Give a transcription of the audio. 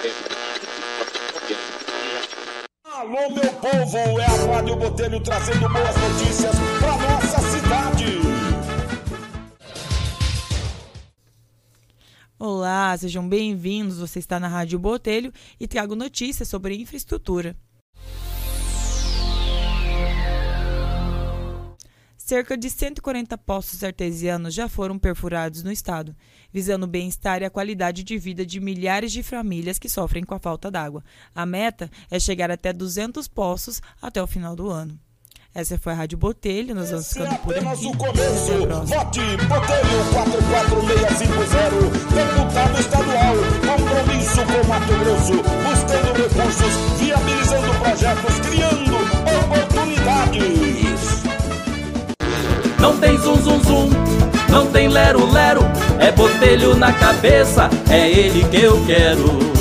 Alô, meu povo, é a Rádio Botelho trazendo boas notícias pra nossa cidade. Olá, sejam bem-vindos. Você está na Rádio Botelho e trago notícias sobre infraestrutura. Cerca de 140 poços artesianos já foram perfurados no estado, visando o bem-estar e a qualidade de vida de milhares de famílias que sofrem com a falta d'água. A meta é chegar até 200 poços até o final do ano. Essa foi a Rádio Botelho, nós vamos ficando por aqui. Apenas o começo. Vote Botelho 44650, deputado estadual, compromisso com Mato Grosso, buscando recursos, viabilizando projetos, criando oportunidades. Não tem zum zum zum, não tem lero lero, é Botelho na cabeça, é ele que eu quero.